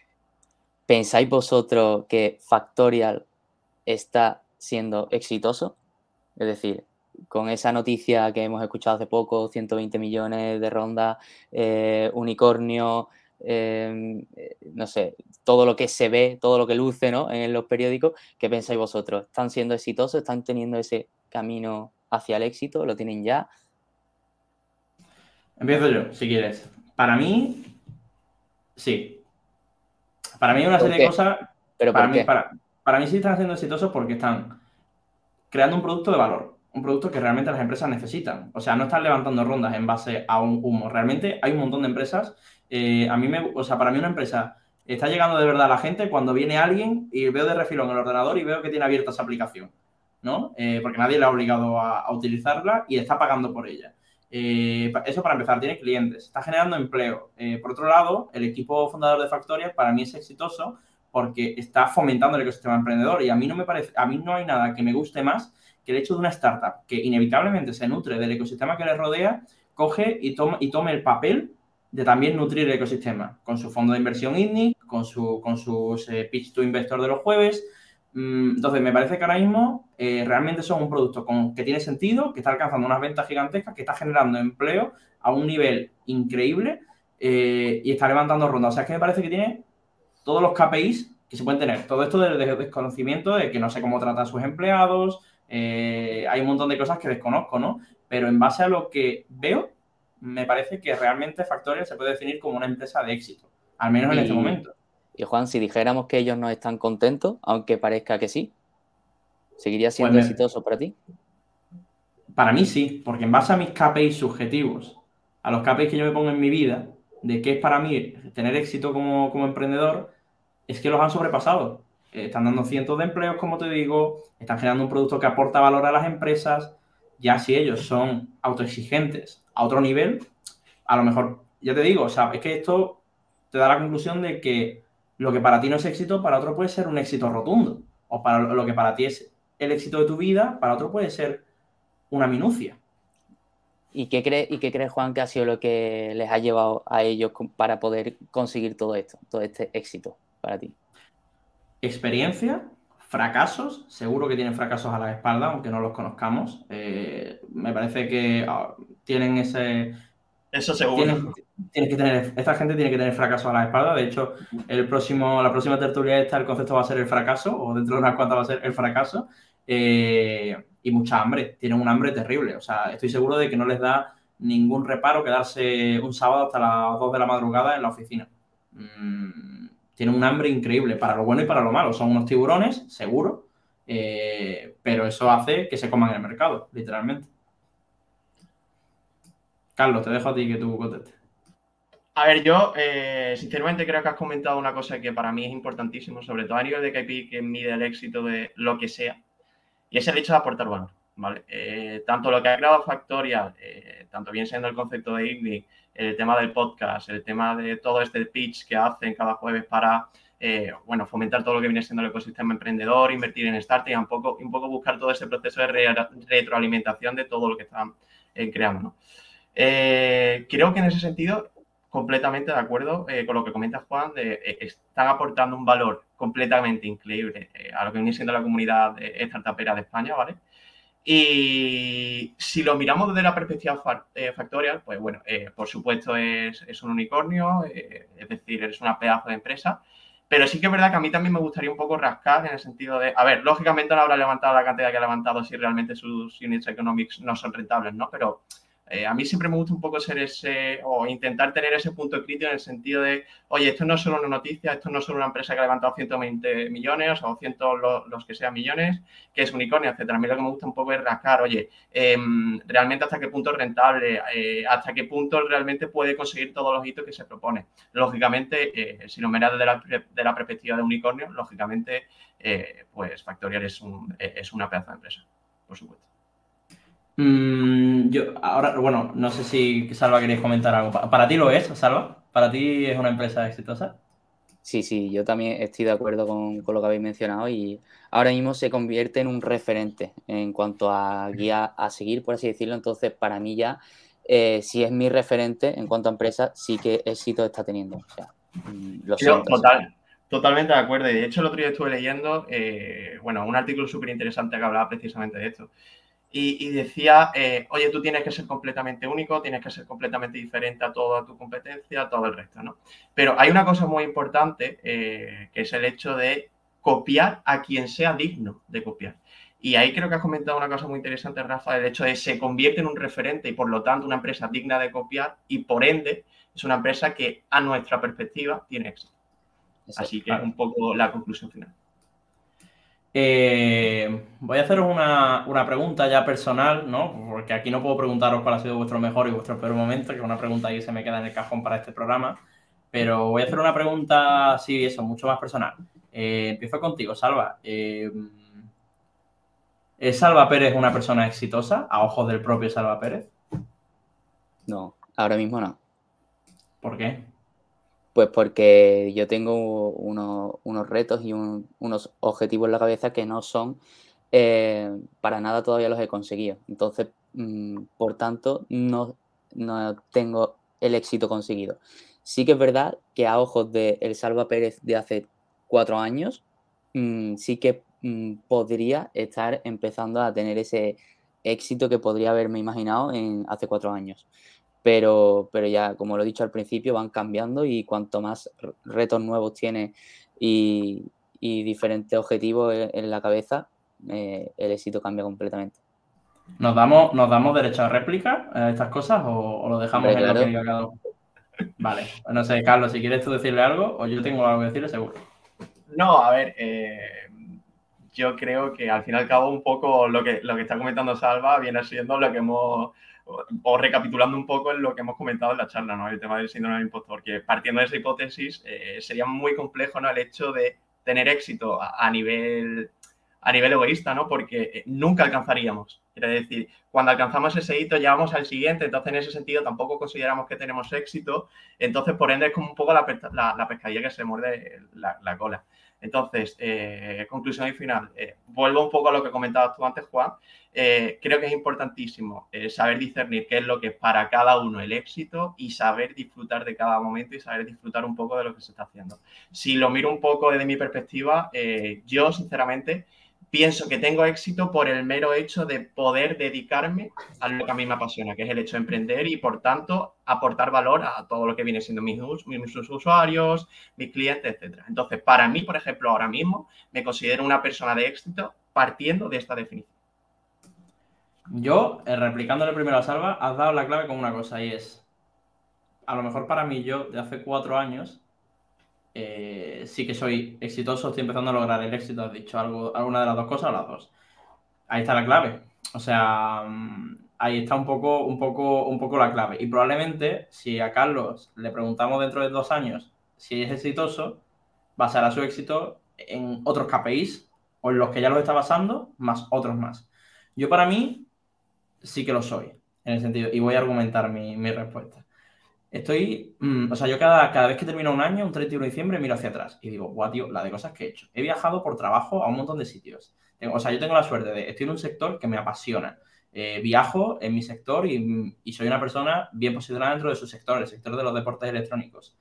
¿pensáis vosotros que Factorial está siendo exitoso? Es decir, con esa noticia que hemos escuchado hace poco, ciento veinte millones de ronda, eh, unicornio, eh, no sé, todo lo que se ve, todo lo que luce, ¿no? En los periódicos, ¿qué pensáis vosotros? ¿Están siendo exitosos? ¿Están teniendo ese camino hacia el éxito? ¿Lo tienen ya? Empiezo yo, si quieres. Para mí, sí. Para mí hay una ¿Por serie de qué? cosas, ¿Pero para por mí, qué? para, para mí sí están siendo exitosos porque están creando un producto de valor, un producto que realmente las empresas necesitan. O sea, no están levantando rondas en base a un humo. Realmente hay un montón de empresas. Eh, a mí me, o sea, para mí una empresa está llegando de verdad a la gente cuando viene alguien y veo de refilón el ordenador y veo que tiene abierta esa aplicación, ¿no? Eh, porque nadie le ha obligado a, a utilizarla y está pagando por ella. Eh, eso para empezar, tiene clientes, está generando empleo. Eh, por otro lado, el equipo fundador de Factorial para mí es exitoso porque está fomentando el ecosistema emprendedor y a mí no me parece, a mí no hay nada que me guste más que el hecho de una startup que inevitablemente se nutre del ecosistema que le rodea, coge y toma y tome el papel de también nutrir el ecosistema con su fondo de inversión I N N I, con, su, con sus eh, pitch to investor de los jueves, Entonces, me parece que ahora mismo eh, realmente son un producto con, que tiene sentido, que está alcanzando unas ventas gigantescas, que está generando empleo a un nivel increíble eh, y está levantando rondas. O sea, es que me parece que tiene todos los K P Is que se pueden tener. Todo esto del de desconocimiento de que no sé cómo trata a sus empleados, eh, hay un montón de cosas que desconozco, ¿no? Pero en base a lo que veo, me parece que realmente Factorial se puede definir como una empresa de éxito, al menos en este Y, momento. y Juan, si dijéramos que ellos no están contentos, aunque parezca que sí, ¿seguiría Pues siendo me, exitoso para ti? Para mí sí, porque en base a mis K P Is subjetivos, a los K P Is que yo me pongo en mi vida, de qué es para mí tener éxito como, como emprendedor, es que los han sobrepasado. Eh, están dando cientos de empleos, como te digo, están generando un producto que aporta valor a las empresas. Ya si ellos son autoexigentes a otro nivel, a lo mejor, ya te digo, o sea, es que esto te da la conclusión de que lo que para ti no es éxito, para otro puede ser un éxito rotundo. O para lo que para ti es el éxito de tu vida, para otro puede ser una minucia. ¿Y qué crees, y qué crees, Juan, que ha sido lo que les ha llevado a ellos para poder conseguir todo esto, todo este éxito para ti? Experiencia, fracasos, seguro que tienen fracasos a la espalda, aunque no los conozcamos. Eh, me parece que ah, tienen ese... Eso seguro. Tienen, tienen que tener, esta gente tiene que tener fracasos a la espalda. De hecho, el próximo, la próxima tertulia esta, el concepto va a ser el fracaso, o dentro de unas cuantas va a ser el fracaso. Eh, y mucha hambre, tienen un hambre terrible. O sea, estoy seguro de que no les da ningún reparo quedarse un sábado hasta las dos de la madrugada en la oficina. Mm, tienen un hambre increíble para lo bueno y para lo malo. Son unos tiburones, seguro, eh, pero eso hace que se coman el mercado, literalmente. Carlos, te dejo a ti que tú contestes. A ver, yo eh, sinceramente creo que has comentado una cosa que para mí es importantísimo, sobre todo a nivel de K P I que mide el éxito de lo que sea, y es el hecho de aportar valor, ¿vale? Eh, tanto lo que ha creado Factorial, eh, tanto bien siendo el concepto de Igni, el tema del podcast, el tema de todo este pitch que hacen cada jueves para, eh, bueno, fomentar todo lo que viene siendo el ecosistema emprendedor, invertir en startups y un poco, un poco buscar todo ese proceso de re retroalimentación de todo lo que están eh, creando, ¿no? Eh, creo que en ese sentido, completamente de acuerdo eh, con lo que comenta Juan, de, eh, están aportando un valor completamente increíble eh, a lo que viene siendo la comunidad eh, startupera de España, ¿vale? Y si lo miramos desde la perspectiva fa eh, Factorial, pues bueno, eh, por supuesto es, es un unicornio, eh, es decir, es una pedazo de empresa, pero sí que es verdad que a mí también me gustaría un poco rascar en el sentido de, a ver, lógicamente no habrá levantado la cantidad que ha levantado si realmente sus units economics no son rentables, ¿no? Pero eh, a mí siempre me gusta un poco ser ese, o intentar tener ese punto crítico en el sentido de, oye, esto no es solo una noticia, esto no es solo una empresa que ha levantado ciento veinte millones o cien los, los que sean millones, que es unicornio, etcétera. A mí lo que me gusta un poco es rascar, oye, eh, realmente hasta qué punto es rentable, eh, hasta qué punto realmente puede conseguir todos los hitos que se propone. Lógicamente, eh, si lo miras desde la, de la perspectiva de unicornio, lógicamente, eh, pues Factorial es, un, es una pedazo de empresa, por supuesto. Mm, yo, ahora, bueno, no sé si Salva queréis comentar algo. ¿Pa- ¿Para ti lo es, Salva? ¿Para ti es una empresa exitosa? Sí, sí, yo también estoy de acuerdo con, con lo que habéis mencionado y ahora mismo se convierte en un referente en cuanto a guía a seguir, por así decirlo. Entonces, para mí ya, eh, si es mi referente en cuanto a empresa, sí que éxito está teniendo. O sea, mm, lo Yo, siento así. total, totalmente de acuerdo. Y de hecho, el otro día estuve leyendo, eh, bueno, un artículo súper interesante que hablaba precisamente de esto. Y, y decía, eh, oye, tú tienes que ser completamente único, tienes que ser completamente diferente a toda tu competencia, a todo el resto, ¿no? Pero hay una cosa muy importante, eh, que es el hecho de copiar a quien sea digno de copiar. Y ahí creo que has comentado una cosa muy interesante, Rafa, el hecho de se convierte en un referente y por lo tanto una empresa digna de copiar y por ende es una empresa que a nuestra perspectiva tiene éxito. Eso. Así que es Claro. un poco la conclusión final. Eh, voy a haceros una, una pregunta ya personal, ¿no? Porque aquí no puedo preguntaros cuál ha sido vuestro mejor y vuestro peor momento, que es una pregunta que se me queda en el cajón para este programa. Pero voy a hacer una pregunta, sí, eso, mucho más personal. Eh, empiezo contigo, Salva. Eh, ¿Es Salva Pérez una persona exitosa a ojos del propio Salva Pérez? No, ahora mismo no. ¿Por qué? Pues porque yo tengo unos, unos retos y un, unos objetivos en la cabeza que no son, eh, para nada todavía los he conseguido. Entonces, mm, por tanto, no, no tengo el éxito conseguido. Sí que es verdad que a ojos de el Salva Pérez de hace cuatro años, mm, sí que mmm, podría estar empezando a tener ese éxito que podría haberme imaginado en hace cuatro años. Pero, pero ya, como lo he dicho al principio, van cambiando y cuanto más r- retos nuevos tienes y, y diferentes objetivos en, en la cabeza, eh, el éxito cambia completamente. ¿Nos damos, nos damos derecho a réplica a estas cosas o, o lo dejamos Hombre, en lo que claro. diga cada uno? Vale, no sé, Carlos, si quieres tú decirle algo o yo tengo algo que decirle, seguro. No, a ver, eh, yo creo que al fin y al cabo un poco lo que, lo que está comentando Salva viene siendo lo que hemos, o, o recapitulando un poco en lo que hemos comentado en la charla, ¿no? El tema del síndrome del impostor, que partiendo de esa hipótesis eh, sería muy complejo, ¿no? El hecho de tener éxito a, a nivel a nivel egoísta, ¿no? Porque nunca alcanzaríamos. Quiere decir, cuando alcanzamos ese hito ya vamos al siguiente, entonces en ese sentido tampoco consideramos que tenemos éxito, entonces por ende es como un poco la, la, la pescadilla que se muerde la, la cola. Entonces, eh, conclusión y final. Eh, vuelvo un poco a lo que comentabas tú antes, Juan. Eh, creo que es importantísimo eh, saber discernir qué es lo que es para cada uno el éxito y saber disfrutar de cada momento y saber disfrutar un poco de lo que se está haciendo. Si lo miro un poco desde mi perspectiva, eh, yo sinceramente pienso que tengo éxito por el mero hecho de poder dedicarme a lo que a mí me apasiona, que es el hecho de emprender y, por tanto, aportar valor a todo lo que viene siendo mis, mis usuarios, mis clientes, etcétera. Entonces, para mí, por ejemplo, ahora mismo, me considero una persona de éxito partiendo de esta definición. Yo, eh, replicándole primero a Salva, has dado la clave con una cosa y es, a lo mejor para mí yo, de hace cuatro años, eh, sí que soy exitoso, estoy empezando a lograr el éxito, has dicho algo, alguna de las dos cosas o las dos. Ahí está la clave. O sea, mm, ahí está un poco, un poco, un poco la clave. Y probablemente, si a Carlos le preguntamos dentro de dos años si es exitoso, basará su éxito en otros K P Is o en los que ya los está basando, más otros más. Yo para mí sí que lo soy, en el sentido, y voy a argumentar mi, mi respuesta. Estoy, mm, o sea, yo cada, cada vez que termino un año, un treinta y uno de diciembre, miro hacia atrás y digo, guau, tío, la de cosas que he hecho. He viajado por trabajo a un montón de sitios. Tengo, o sea, yo tengo la suerte de, estoy en un sector que me apasiona. Eh, viajo en mi sector y, y, soy una persona bien posicionada dentro de su sector, el sector de los deportes electrónicos.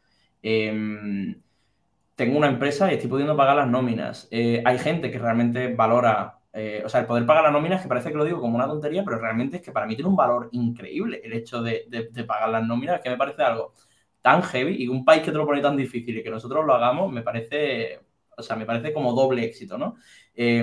Eh, tengo una empresa y estoy pudiendo pagar las nóminas. Eh, hay gente que realmente valora, eh, o sea, el poder pagar las nóminas, que parece que lo digo como una tontería, pero realmente es que para mí tiene un valor increíble el hecho de, de, de pagar las nóminas, que me parece algo tan heavy y un país que te lo pone tan difícil y que nosotros lo hagamos, me parece, o sea, me parece como doble éxito, ¿no? Eh,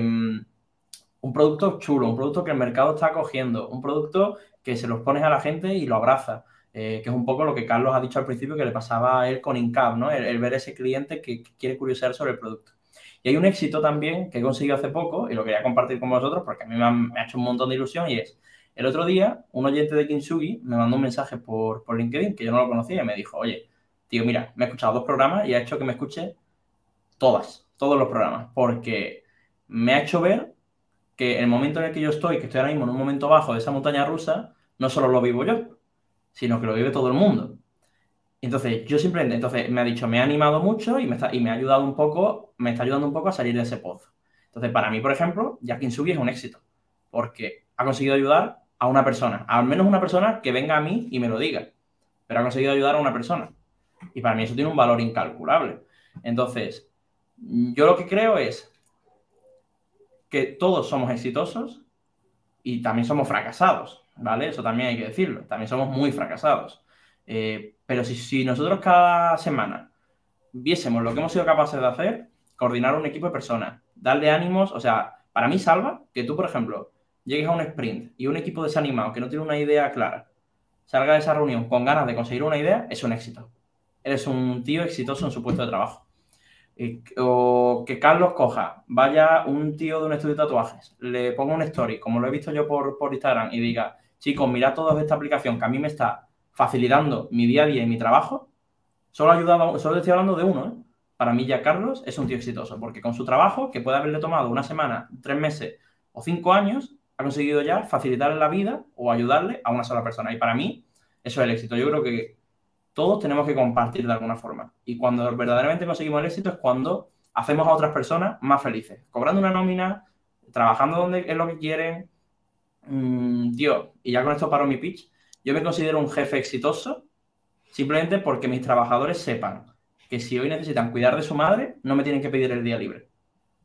un producto chulo, un producto que el mercado está cogiendo, un producto que se los pones a la gente y lo abraza. Eh, que es un poco lo que Carlos ha dicho al principio que le pasaba a él con Incap, ¿no? El, el ver ese cliente que, que quiere curiosear sobre el producto. Y hay un éxito también que he conseguido hace poco y lo quería compartir con vosotros porque a mí me ha, me ha hecho un montón de ilusión y es, el otro día un oyente de Kintsugi me mandó un mensaje por, por LinkedIn que yo no lo conocía y me dijo, oye, tío, mira, me he escuchado dos programas y ha hecho que me escuche todas, todos los programas, porque me ha hecho ver que el momento en el que yo estoy, que estoy ahora mismo en un momento bajo de esa montaña rusa, no solo lo vivo yo, sino que lo vive todo el mundo. Entonces, yo simplemente, entonces me ha dicho, me ha animado mucho y me, está, y me ha ayudado un poco, me está ayudando un poco a salir de ese pozo. Entonces, para mí, por ejemplo, ya Kintsugi es un éxito, porque ha conseguido ayudar a una persona, al menos una persona que venga a mí y me lo diga, pero ha conseguido ayudar a una persona. Y para mí eso tiene un valor incalculable. Entonces, yo lo que creo es que todos somos exitosos y también somos fracasados, ¿vale? Eso también hay que decirlo, también somos muy fracasados. Eh, pero si, si nosotros cada semana viésemos lo que hemos sido capaces de hacer, coordinar un equipo de personas, darle ánimos, o sea, para mí salva que tú, por ejemplo, llegues a un sprint y un equipo desanimado que no tiene una idea clara, salga de esa reunión con ganas de conseguir una idea, es un éxito. Eres un tío exitoso en su puesto de trabajo. Eh, o que Carlos coja, vaya un tío de un estudio de tatuajes, le ponga un story, como lo he visto yo por, por Instagram, y diga, chicos, mirad toda esta aplicación que a mí me está facilitando mi día a día y mi trabajo, solo, ayudado, solo estoy hablando de uno, ¿eh? Para mí ya Carlos es un tío exitoso, porque con su trabajo, que puede haberle tomado una semana, tres meses o cinco años, ha conseguido ya facilitarle la vida o ayudarle a una sola persona. Y para mí, eso es el éxito. Yo creo que todos tenemos que compartir de alguna forma. Y cuando verdaderamente conseguimos el éxito es cuando hacemos a otras personas más felices, cobrando una nómina, trabajando donde es lo que quieren. Mm, tío, y ya con esto paro mi pitch. Yo me considero un jefe exitoso simplemente porque mis trabajadores sepan que si hoy necesitan cuidar de su madre, no me tienen que pedir el día libre.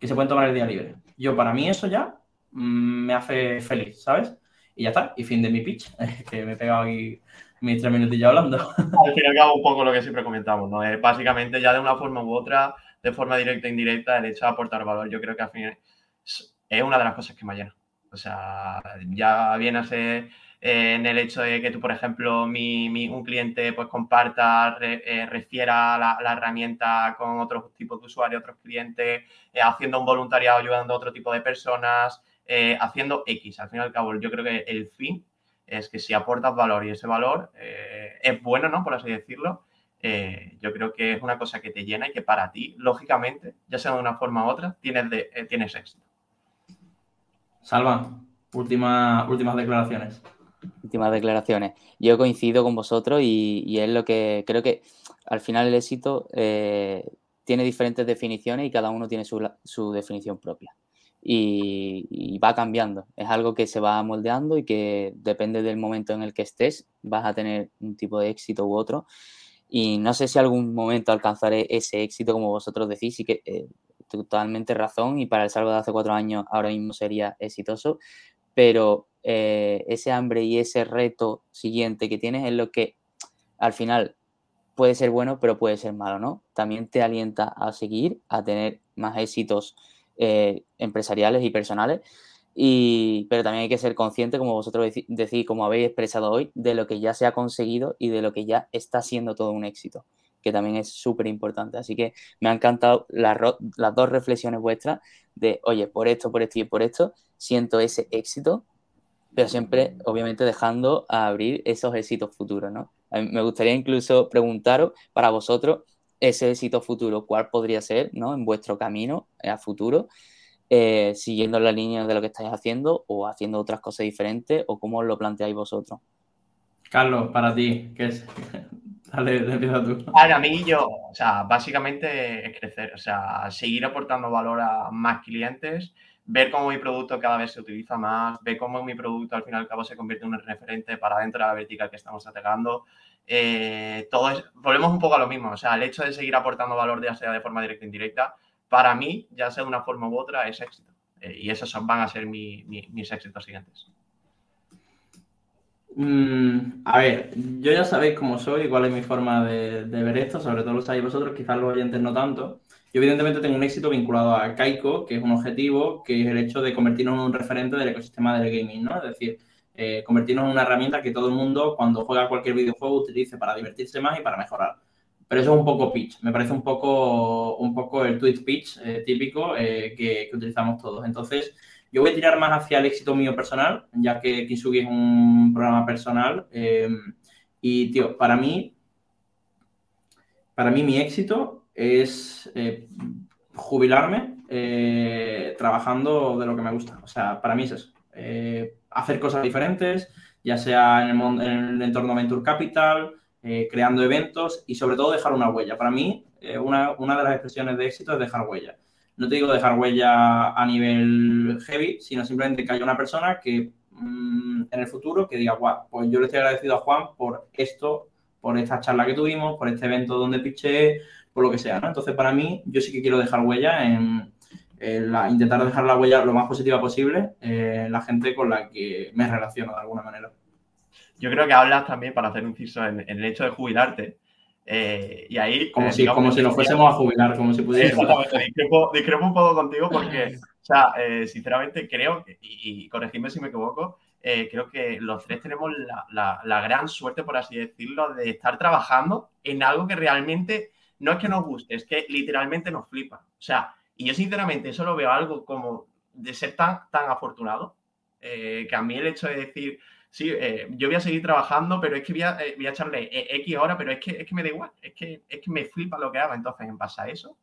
que se pueden tomar el día libre. Yo, para mí, eso ya mmm, me hace feliz, ¿sabes? Y ya está, y fin de mi pitch, que me he pegado aquí mis tres minutillos hablando. Al fin y al cabo, un poco lo que siempre comentamos, ¿no? Es básicamente ya de una forma u otra, de forma directa e indirecta, el hecho de aportar valor, yo creo que al final es una de las cosas que me llena. O sea, ya viene a ser eh, en el hecho de que tú, por ejemplo, mi, mi, un cliente pues comparta, re, eh, refiera la, la herramienta con otros tipos de usuarios, otros clientes, eh, haciendo un voluntariado, ayudando a otro tipo de personas, eh, haciendo X. Al fin y al cabo, yo creo que el fin es que si aportas valor y ese valor eh, es bueno, ¿no? Por así decirlo, eh, yo creo que es una cosa que te llena y que para ti, lógicamente, ya sea de una forma u otra, tienes, de, eh, tienes éxito. Salva, última, últimas declaraciones. Últimas declaraciones. Yo coincido con vosotros y, y es lo que creo que al final el éxito eh, tiene diferentes definiciones y cada uno tiene su, su definición propia. Y, y va cambiando. Es algo que se va moldeando y que depende del momento en el que estés, vas a tener un tipo de éxito u otro. Y no sé si algún momento alcanzaré ese éxito como vosotros decís, y que eh, totalmente razón, y para el Salva de hace cuatro años ahora mismo sería exitoso, pero eh, ese hambre y ese reto siguiente que tienes es lo que al final puede ser bueno, pero puede ser malo, ¿no? También te alienta a seguir, a tener más éxitos eh, empresariales y personales, y, pero también hay que ser consciente, como vosotros decís, como habéis expresado hoy, de lo que ya se ha conseguido y de lo que ya está siendo todo un éxito, que también es súper importante. Así que me han encantado las, las dos reflexiones vuestras de, oye, por esto, por esto y por esto, siento ese éxito, pero siempre, obviamente, dejando a abrir esos éxitos futuros, ¿no? A mí me gustaría incluso preguntaros, para vosotros, ese éxito futuro, ¿cuál podría ser, ¿no? En vuestro camino a futuro, eh, siguiendo la línea de lo que estáis haciendo o haciendo otras cosas diferentes, o cómo os lo planteáis vosotros. Carlos, para ti, ¿qué es? Dale, empieza tú. Para mí, yo, o sea, básicamente es crecer, o sea, seguir aportando valor a más clientes, ver cómo mi producto cada vez se utiliza más, ver cómo mi producto al fin y al cabo se convierte en un referente para dentro de la vertical que estamos atacando. Eh, todo es, volvemos un poco a lo mismo, o sea, el hecho de seguir aportando valor, ya sea de forma directa o indirecta, para mí, ya sea de una forma u otra, es éxito. Eh, y esos son, van a ser mi, mi, mis éxitos siguientes. Mm, a ver, yo ya sabéis cómo soy y cuál es mi forma de, de ver esto, sobre todo lo sabéis vosotros, quizás los oyentes no tanto. Yo evidentemente tengo un éxito vinculado a Kaiko, que es un objetivo, que es el hecho de convertirnos en un referente del ecosistema del gaming, ¿no? Es decir, eh, convertirnos en una herramienta que todo el mundo, cuando juega cualquier videojuego, utilice para divertirse más y para mejorar. Pero eso es un poco pitch, me parece un poco, un poco el tweet pitch eh, típico eh, que, que utilizamos todos. Entonces, yo voy a tirar más hacia el éxito mío personal, ya que Kintsugi es un programa personal. Eh, y, tío, para mí, para mí mi éxito es eh, jubilarme eh, trabajando de lo que me gusta. O sea, para mí es eso. Eh, hacer cosas diferentes, ya sea en el, mundo, en el entorno Venture Capital, eh, creando eventos y sobre todo dejar una huella. Para mí, eh, una, una de las expresiones de éxito es dejar huella. No te digo dejar huella a nivel heavy, sino simplemente que haya una persona que mmm, en el futuro que diga, guau, pues yo le estoy agradecido a Juan por esto, por esta charla que tuvimos, por este evento donde piché, por lo que sea, ¿no? Entonces, para mí, yo sí que quiero dejar huella en, en la, intentar dejar la huella lo más positiva posible en la gente con la que me relaciono de alguna manera. Yo creo que hablas también, para hacer un inciso, en, en el hecho de jubilarte. Eh, y ahí, como eh, si, como si nos fuésemos a jubilar, como si pudiésemos. Exactamente, discrepo, discrepo un poco contigo porque, o sea, eh, sinceramente creo, que, y, y corregidme si me equivoco, eh, creo que los tres tenemos la, la, la gran suerte, por así decirlo, de estar trabajando en algo que realmente no es que nos guste, es que literalmente nos flipa. O sea, y yo sinceramente eso lo veo algo como de ser tan, tan afortunado, eh, que a mí el hecho de decir... Sí, eh, yo voy a seguir trabajando, pero es que voy a, eh, voy a echarle eh, X horas, pero es que, es que me da igual, es que, es que me flipa lo que hago. Entonces, en base a eso,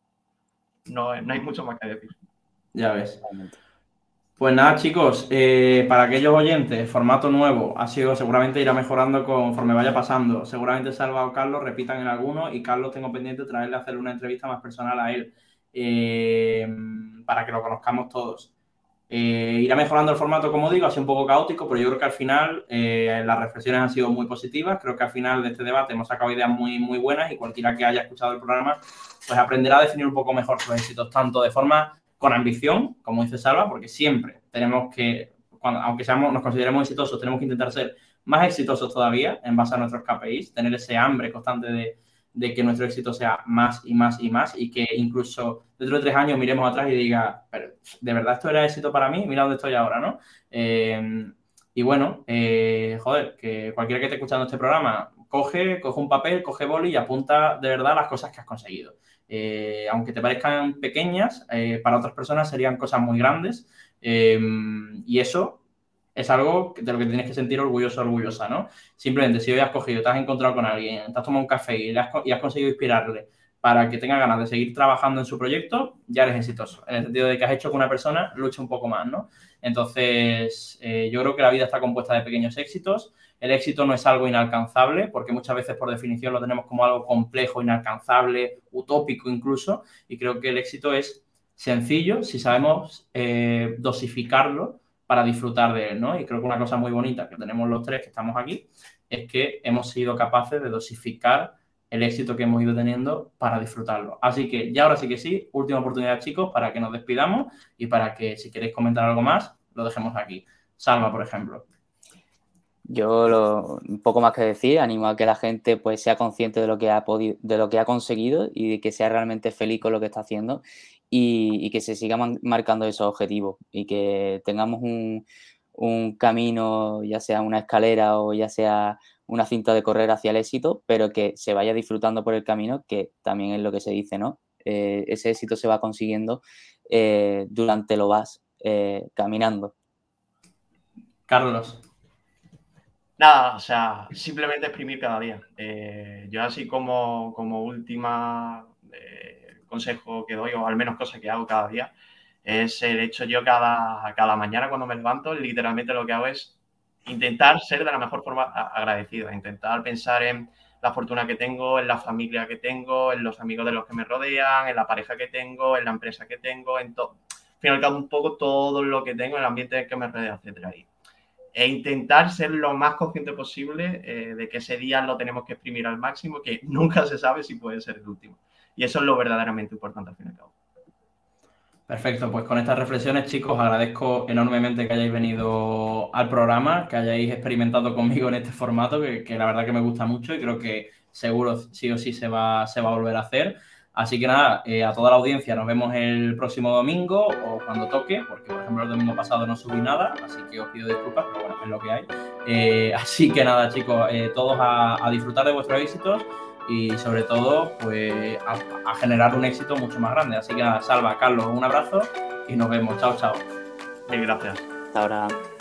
no, no hay mucho más que decir. Ya ves. Pues nada, chicos, eh, para aquellos oyentes, formato nuevo, ha sido, seguramente irá mejorando conforme vaya pasando. Seguramente Salva o Carlos repitan en alguno y Carlos tengo pendiente de traerle a hacer una entrevista más personal a él eh, para que lo conozcamos todos. Eh, irá mejorando el formato, como digo, ha sido un poco caótico, pero yo creo que al final eh, las reflexiones han sido muy positivas. Creo que al final de este debate hemos sacado ideas muy, muy buenas y cualquiera que haya escuchado el programa pues aprenderá a definir un poco mejor sus éxitos, tanto de forma con ambición, como dice Salva, porque siempre tenemos que, cuando, aunque seamos, nos consideremos exitosos, tenemos que intentar ser más exitosos todavía en base a nuestros K P Is, tener ese hambre constante de, de que nuestro éxito sea más y más y más y que incluso dentro de tres años miremos atrás y diga, pero ¿de verdad esto era éxito para mí? Mira dónde estoy ahora, ¿no? Eh, y bueno, eh, joder, que cualquiera que esté escuchando este programa coge, coge un papel, coge boli y apunta de verdad las cosas que has conseguido. Eh, aunque te parezcan pequeñas, eh, para otras personas serían cosas muy grandes eh, y eso es algo de lo que tienes que sentir orgulloso, orgullosa, ¿no? Simplemente si hoy has cogido, te has encontrado con alguien, te has tomado un café y, le has, y has conseguido inspirarle para que tenga ganas de seguir trabajando en su proyecto, ya eres exitoso, en el sentido de que has hecho que una persona luche un poco más, ¿no? Entonces, eh, yo creo que la vida está compuesta de pequeños éxitos. El éxito no es algo inalcanzable, porque muchas veces por definición lo tenemos como algo complejo, inalcanzable, utópico incluso, y creo que el éxito es sencillo si sabemos eh, dosificarlo para disfrutar de él, ¿no? Y creo que una cosa muy bonita que tenemos los tres que estamos aquí es que hemos sido capaces de dosificar el éxito que hemos ido teniendo para disfrutarlo. Así que ya ahora sí que sí, última oportunidad, chicos, para que nos despidamos y para que si queréis comentar algo más, lo dejemos aquí. Salva, por ejemplo. Yo lo, un poco más que decir, animo a que la gente pues sea consciente de lo que ha podido, de lo que ha conseguido y de que sea realmente feliz con lo que está haciendo y, y que se siga man, marcando esos objetivos y que tengamos un, un camino, ya sea una escalera o ya sea una cinta de correr hacia el éxito, pero que se vaya disfrutando por el camino, que también es lo que se dice, ¿no? Eh, ese éxito se va consiguiendo eh, durante lo vas eh, caminando. Carlos. Nada, o sea, simplemente exprimir cada día. Eh, yo así como, como última eh, consejo que doy, o al menos cosa que hago cada día, es el hecho yo cada, cada mañana cuando me levanto, literalmente lo que hago es intentar ser de la mejor forma agradecido, intentar pensar en la fortuna que tengo, en la familia que tengo, en los amigos de los que me rodean, en la pareja que tengo, en la empresa que tengo, en todo, al fin y al cabo un poco todo lo que tengo, el ambiente que me rodea, etcétera. Y, e intentar ser lo más consciente posible eh, de que ese día lo tenemos que exprimir al máximo, que nunca se sabe si puede ser el último. Y eso es lo verdaderamente importante al fin y al cabo. Perfecto, pues con estas reflexiones, chicos, agradezco enormemente que hayáis venido al programa, que hayáis experimentado conmigo en este formato, que, que la verdad que me gusta mucho y creo que seguro sí o sí se va, se va a volver a hacer. Así que nada, eh, a toda la audiencia nos vemos el próximo domingo o cuando toque, porque por ejemplo el domingo pasado no subí nada, así que os pido disculpas, pero bueno, es lo que hay. Eh, así que nada, chicos, eh, todos a, a disfrutar de vuestros éxitos y sobre todo pues a, a generar un éxito mucho más grande. Así que nada, Salva, Carlos, un abrazo y nos vemos. Chao, chao. Mil gracias. Hasta ahora.